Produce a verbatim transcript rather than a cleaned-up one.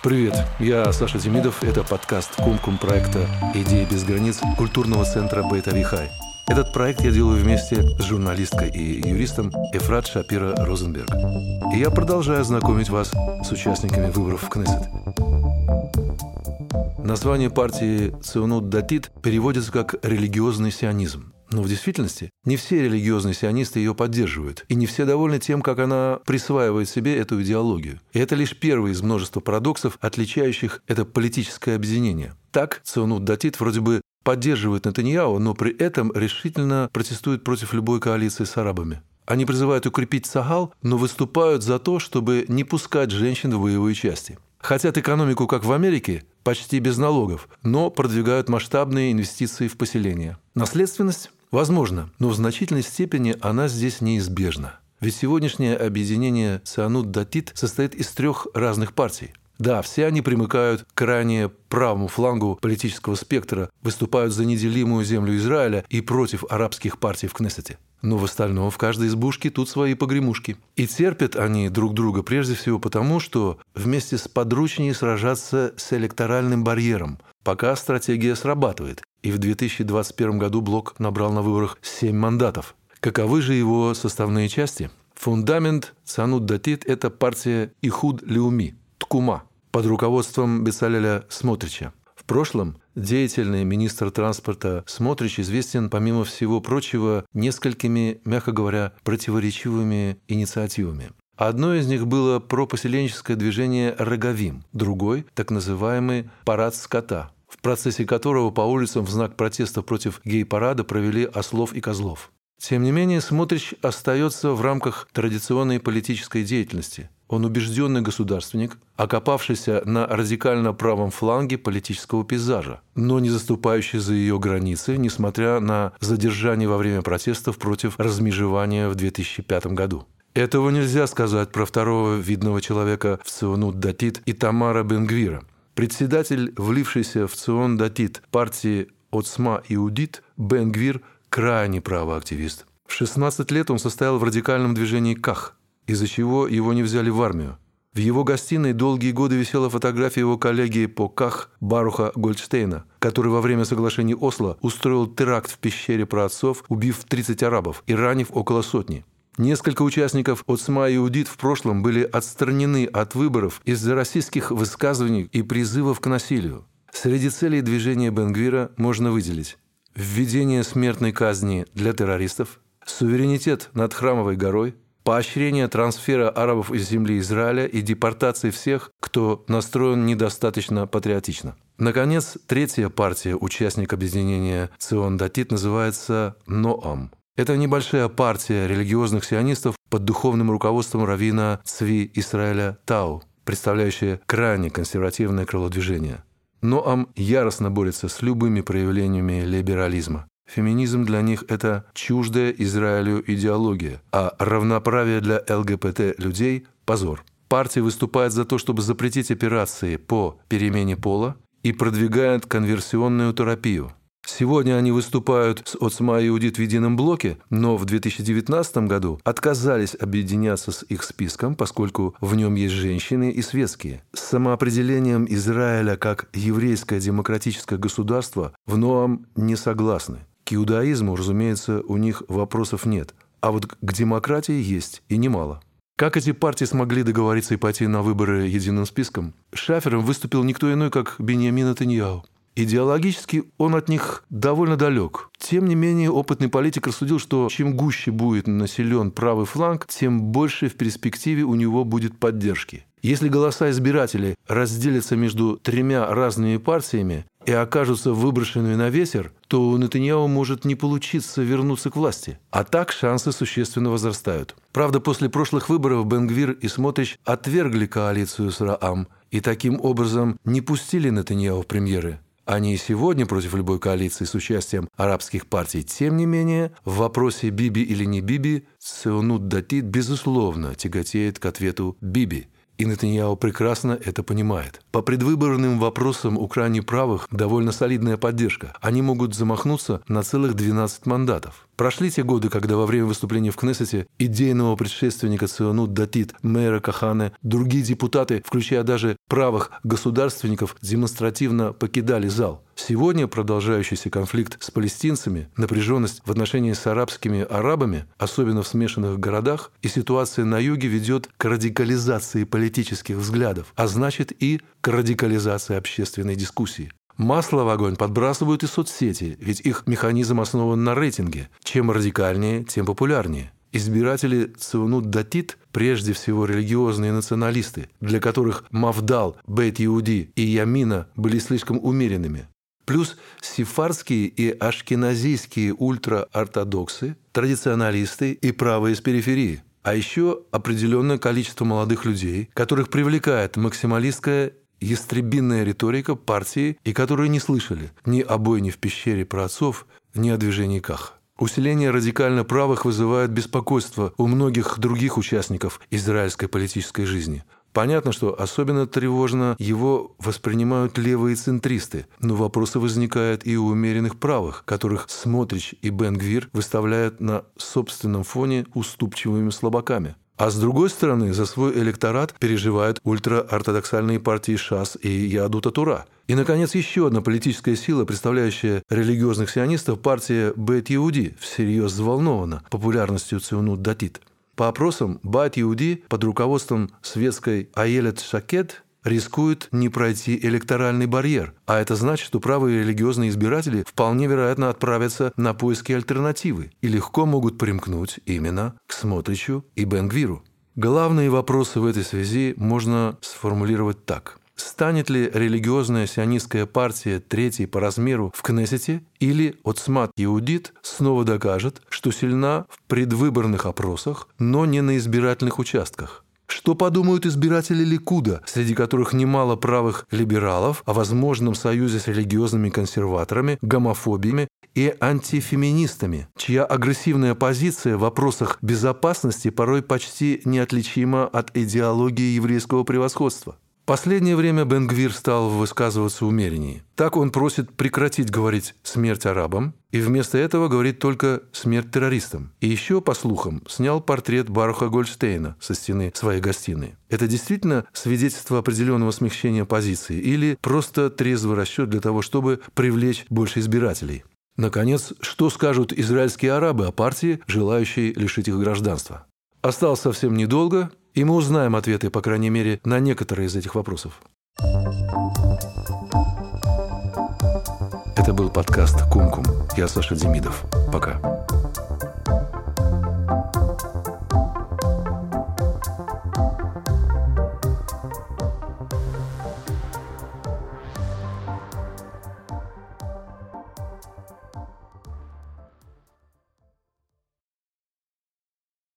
Привет, я Саша Демидов. Это подкаст «Кум-Кум» проекта «Идеи без границ» культурного центра Бейт Авихай. Этот проект я делаю вместе с журналисткой и юристом Эфрат Шапира Розенберг. И я продолжаю знакомить вас с участниками выборов в Кнессет. Название партии «Циунут Датит» переводится как «религиозный сионизм». Но в действительности не все религиозные сионисты ее поддерживают, и не все довольны тем, как она присваивает себе эту идеологию. И это лишь первый из множества парадоксов, отличающих это политическое объединение. Так, Циунут Датит вроде бы поддерживает Нетаньяху, но при этом решительно протестует против любой коалиции с арабами. Они призывают укрепить Цахал, но выступают за то, чтобы не пускать женщин в боевые части. Хотят экономику, как в Америке, почти без налогов, но продвигают масштабные инвестиции в поселение. Наследственность? Возможно, но в значительной степени она здесь неизбежна. Ведь сегодняшнее объединение Циунут Датит состоит из трех разных партий. Да, все они примыкают к крайне правому флангу политического спектра, выступают за неделимую землю Израиля и против арабских партий в Кнессете. Но в остальном в каждой избушке тут свои погремушки. И терпят они друг друга прежде всего потому, что вместе с подручнее сражаться с электоральным барьером, пока стратегия срабатывает. И в две тысячи двадцать первом году Блок набрал на выборах семь мандатов. Каковы же его составные части? Фундамент Циунут Датит – это партия Ихуд Леуми, Ткума, под руководством Бецалеля Смотрича. В прошлом деятельный министр транспорта Смотрич известен, помимо всего прочего, несколькими, мягко говоря, противоречивыми инициативами. Одной из них было пропоселенческое движение «Рагавим», другой – так называемый «Парад скота», в процессе которого по улицам в знак протеста против гей-парада провели ослов и козлов. Тем не менее, Смотрич остается в рамках традиционной политической деятельности. Он убежденный государственник, окопавшийся на радикально правом фланге политического пейзажа, но не заступающий за ее границы, несмотря на задержание во время протестов против размежевания в две тысячи пятом году. Этого нельзя сказать про второго видного человека в Циунут Датит Итамара Бен-Гвира. Председатель, влившийся в Циунут Датит партии Оцма Иудит, Бен-Гвир – крайне правый активист. В шестнадцать лет он состоял в радикальном движении Ках, из-за чего его не взяли в армию. В его гостиной долгие годы висела фотография его коллеги по Ках Баруха Гольдштейна, который во время соглашений Осло устроил теракт в пещере праотцов, убив тридцать арабов и ранив около сотни. Несколько участников Оцма Иудит в прошлом были отстранены от выборов из-за расистских высказываний и призывов к насилию. Среди целей движения Бен-Гвира можно выделить введение смертной казни для террористов, суверенитет над Храмовой горой, поощрение трансфера арабов из земли Израиля и депортации всех, кто настроен недостаточно патриотично. Наконец, третья партия, участник объединения Циунут Датит, называется Ноам. Это небольшая партия религиозных сионистов под духовным руководством раввина Цви Исраэля Тау, представляющая крайне консервативное крыло движения. Ноам яростно борется с любыми проявлениями либерализма. Феминизм для них – это чуждая Израилю идеология, а равноправие для ЛГБТ-людей – позор. Партия выступает за то, чтобы запретить операции по перемене пола и продвигает конверсионную терапию. Сегодня они выступают с Оцма Иудит в едином блоке, но в две тысячи девятнадцатом году отказались объединяться с их списком, поскольку в нем есть женщины и светские. С самоопределением Израиля как еврейское демократическое государство в Ноам не согласны. К иудаизму, разумеется, у них вопросов нет, а вот к демократии есть и немало. Как эти партии смогли договориться и пойти на выборы единым списком? Шафером выступил никто иной, как Биньямин Нетаньяху. Идеологически он от них довольно далек. Тем не менее, опытный политик рассудил, что чем гуще будет населен правый фланг, тем больше в перспективе у него будет поддержки. Если голоса избирателей разделятся между тремя разными партиями и окажутся выброшенными на ветер, то у Нетаньяху может не получиться вернуться к власти. А так шансы существенно возрастают. Правда, после прошлых выборов Бен-Гвир и Смотрич отвергли коалицию с Раам и таким образом не пустили Нетаньяху в премьеры. Они и сегодня против любой коалиции с участием арабских партий. Тем не менее, в вопросе «Биби или не Биби» Циунут Датит, безусловно, тяготеет к ответу «Биби». И Нетаньяху прекрасно это понимает. По предвыборным вопросам у крайне правых довольно солидная поддержка. Они могут замахнуться на целых двенадцать мандатов. Прошли те годы, когда во время выступления в Кнессете идейного предшественника Циунут Датит, Меира Кахане, другие депутаты, включая даже правых государственников, демонстративно покидали зал. Сегодня продолжающийся конфликт с палестинцами, напряженность в отношении с арабскими арабами, особенно в смешанных городах, и ситуация на юге ведет к радикализации политических взглядов, а значит и к радикализации общественной дискуссии. Масло в огонь подбрасывают и соцсети, ведь их механизм основан на рейтинге. Чем радикальнее, тем популярнее. Избиратели Циунут Датит прежде всего религиозные националисты, для которых Мафдал, Бейт Иуди и Ямина были слишком умеренными. Плюс сефардские и ашкеназийские ультраортодоксы, традиционалисты и правые с периферии. А еще определенное количество молодых людей, которых привлекает максималистская ястребинная риторика партии, и которые не слышали ни о бойне в пещере праотцов, ни о движении Каха. Усиление радикально правых вызывает беспокойство у многих других участников израильской политической жизни. Понятно, что особенно тревожно его воспринимают левые центристы, но вопросы возникают и у умеренных правых, которых Смотрич и Бен-Гвир выставляют на собственном фоне уступчивыми слабаками. А с другой стороны, за свой электорат переживают ультраортодоксальные партии ШАС и Яадут а-Тура. И, наконец, еще одна политическая сила, представляющая религиозных сионистов, партия Бейт Иуди, всерьез взволнована популярностью Циунут Датит. По опросам, Бейт Иуди под руководством светской Аелет Шакед рискует не пройти электоральный барьер, а это значит, что правые религиозные избиратели вполне вероятно отправятся на поиски альтернативы и легко могут примкнуть именно к Смотричу и Бен-Гвиру. Главные вопросы в этой связи можно сформулировать так. Станет ли религиозная сионистская партия третьей по размеру в Кнессете, или Оцмат Иудит снова докажет, что сильна в предвыборных опросах, но не на избирательных участках? Что подумают избиратели Ликуда, среди которых немало правых либералов, о возможном союзе с религиозными консерваторами, гомофобиями и антифеминистами, чья агрессивная позиция в вопросах безопасности порой почти неотличима от идеологии еврейского превосходства? В последнее время Бен-Гвир стал высказываться умереннее. Так он просит прекратить говорить «смерть арабам» и вместо этого говорит только «смерть террористам». И еще, по слухам, снял портрет Баруха Гольдштейна со стены своей гостиной. Это действительно свидетельство определенного смягчения позиции или просто трезвый расчет для того, чтобы привлечь больше избирателей? Наконец, что скажут израильские арабы о партии, желающей лишить их гражданства? Осталось совсем недолго, и мы узнаем ответы, по крайней мере, на некоторые из этих вопросов. Это был подкаст «Кум-Кум». Я Саша Демидов. Пока.